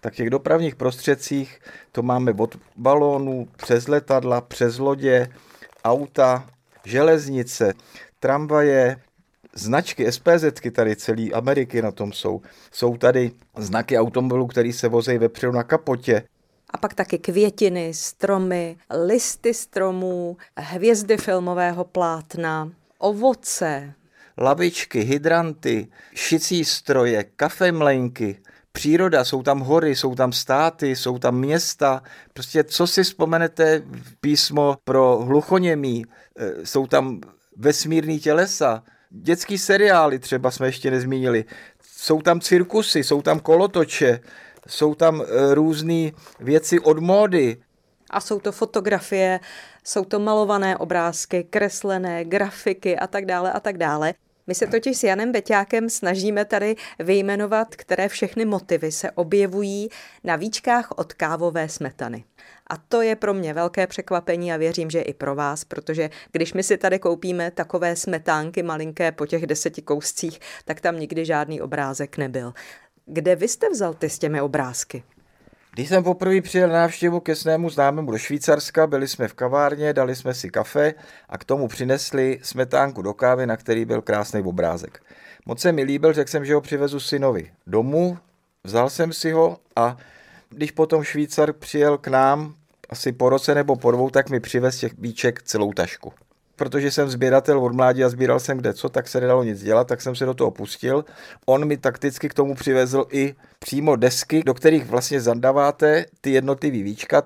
Tak těch dopravních prostředcích to máme od balónů, přes letadla, přes lodě, auta, železnice, tramvaje, značky SPZky tady celé Ameriky na tom jsou. Jsou tady znaky automobilů, které se vozí vepředu na kapotě. A pak taky květiny, stromy, listy stromů, hvězdy filmového plátna, ovoce. Lavičky, hydranty, šicí stroje, kafemlejnky, příroda, jsou tam hory, jsou tam státy, jsou tam města. Prostě co si vzpomenete písmo pro hluchoněmí, jsou tam vesmírný tělesa, dětský seriály třeba jsme ještě nezmínili, jsou tam cirkusy, jsou tam kolotoče, jsou tam různé věci od módy. A jsou to fotografie, jsou to malované obrázky, kreslené, grafiky a tak dále a tak dále. My se totiž s Janem Beťákem snažíme tady vyjmenovat, které všechny motivy se objevují na víčkách od kávové smetany. A to je pro mě velké překvapení a věřím, že i pro vás, protože když my si tady koupíme takové smetánky malinké po těch 10 kouscích, tak tam nikdy žádný obrázek nebyl. Kde vy jste vzal ty s těmi obrázky? Když jsem poprvé přijel na návštěvu ke svému známému do Švýcarska, byli jsme v kavárně, dali jsme si kafe a k tomu přinesli smetánku do kávy, na který byl krásný obrázek. Moc se mi líbil, řekl jsem, že ho přivezu synovi domů, vzal jsem si ho a když potom Švýcar přijel k nám, asi po roce nebo po 2, tak mi přivez těch víček celou tašku. Protože jsem sběratel od mládí a sbíral jsem kde co, tak se nedalo nic dělat, tak jsem se do toho pustil. On mi takticky k tomu přivezl i přímo desky, do kterých vlastně zandaváte ty jednotlivý víčka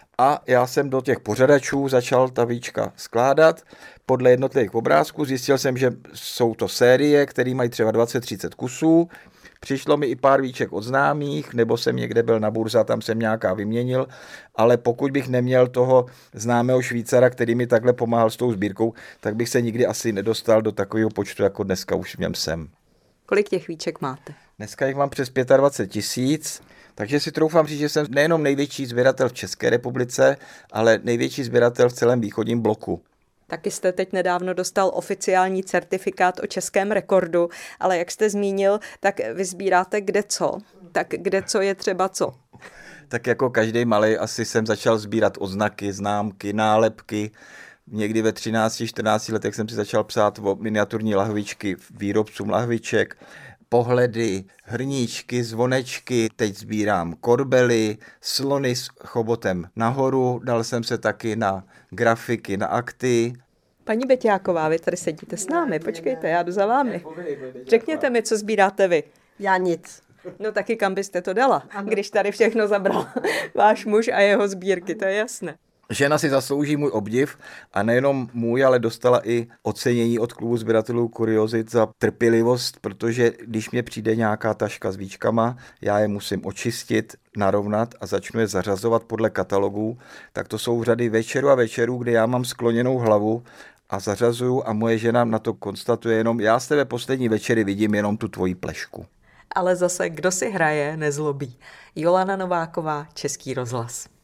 a já jsem do těch pořadačů začal ta víčka skládat podle jednotlivých obrázků. Zjistil jsem, že jsou to série, které mají třeba 20-30 kusů. Přišlo mi i pár víček od známých, nebo jsem někde byl na burze a tam jsem nějaká vyměnil, ale pokud bych neměl toho známého Švýcara, který mi takhle pomáhal s tou sbírkou, tak bych se nikdy asi nedostal do takového počtu, jako dneska už v něm jsem. Kolik těch víček máte? Dneska jich mám přes 25 000, takže si troufám říct, že jsem nejenom největší sběratel v České republice, ale největší sběratel v celém východním bloku. Taky jste teď nedávno dostal oficiální certifikát o českém rekordu, ale jak jste zmínil, tak vy sbíráte kde co? Tak kde co je třeba co? Tak jako každý malej asi jsem začal sbírat oznaky, známky, nálepky. Někdy ve 13-14 letech jsem si začal psát o miniaturní lahvičky výrobcům lahviček, pohledy, hrníčky, zvonečky, teď sbírám korbely, slony s chobotem nahoru, dal jsem se taky na grafiky, na akty. Paní Beťáková, vy tady sedíte s námi, počkejte, já jdu za vámi. Řekněte mi, co sbíráte vy. Já nic. No taky kam byste to dala, když tady všechno zabral váš muž a jeho sbírky, to je jasné. Žena si zaslouží můj obdiv a nejenom můj, ale dostala i ocenění od klubu sběratelů kuriozit za trpělivost, protože když mě přijde nějaká taška s víčkama, já je musím očistit, narovnat a začnu je zařazovat podle katalogů, tak to jsou řady večerů a večerů, kdy já mám skloněnou hlavu a zařazuju a moje žena na to konstatuje jenom, já z tebe poslední večery vidím jenom tu tvoji plešku. Ale zase, kdo si hraje, nezlobí. Jolana Nováková, Český rozhlas.